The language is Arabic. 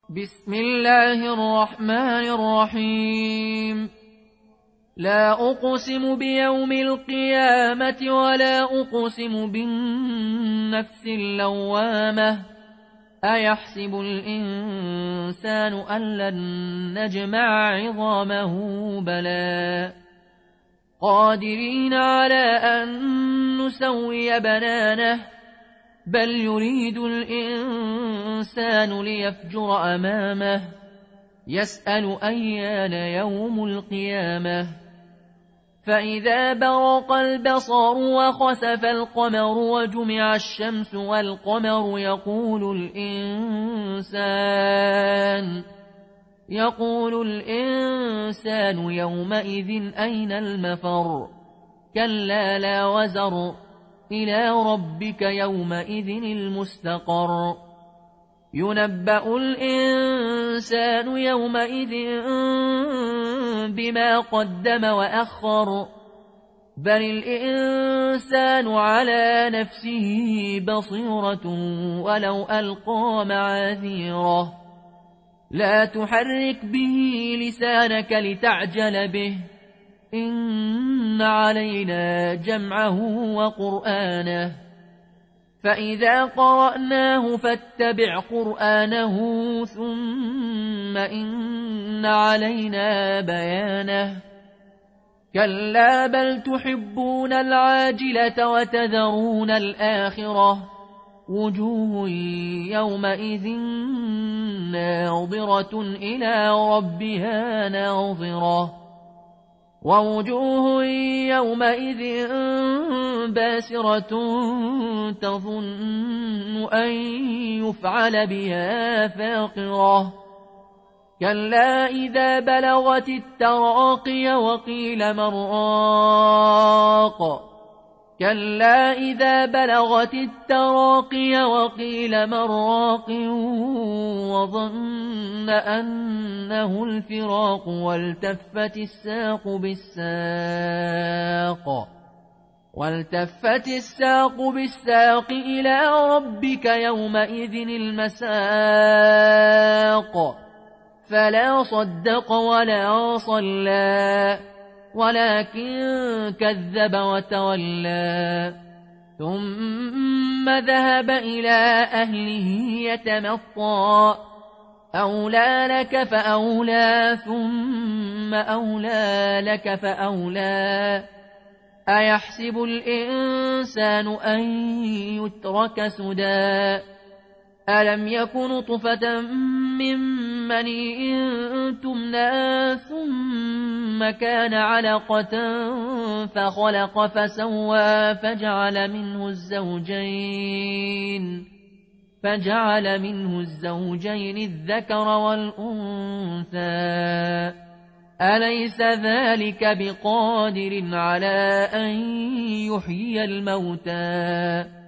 بسم الله الرحمن الرحيم. لا أقسم بيوم القيامة ولا أقسم بالنفس اللوامة. أيحسب الإنسان أن لن نجمع عظامه بلى قادرين على أن نسوي بنانه بل يريد الإنسان ليفجر أمامه يسأل أيان يوم القيامة. فإذا برق البصر وخسف القمر وجمع الشمس والقمر يقول الإنسان يومئذ أين المفر. كلا لا وزر إلى ربك يومئذ المستقر. ينبأ الإنسان يومئذ بما قدم وأخر بل الإنسان على نفسه بصيرة ولو ألقى معاذيره. لا تحرك به لسانك لتعجل به إن علينا جمعه وقرآنه فإذا قرأناه فاتبع قرآنه ثم إن علينا بيانه. كلا بل تحبون العاجلة وتذرون الآخرة وجوه يومئذ ناظرة إلى ربها ناظرة ووجوه يومئذ باسرة تظن أن يفعل بها فاقرة. كلا إذا بلغت التراقي وقيل من راق. كلا إذا بلغت التراقي وقيل من راق وظن أنه الفراق والتفت الساق بالساق إلى ربك يومئذ المساق. فلا صدق ولا صلى ولكن كذب وتولى ثم ذهب إلى أهله يتمطى. أولى لك فأولى ثم أولى لك فأولى. أيحسب الإنسان أن يترك سدى ألم يكن طفة من مني تمنى ثم كان علقة فخلق فسوى فجعل منه الزوجين الذكر والأنثى. أليس ذلك بقادر على أن يحيي الموتى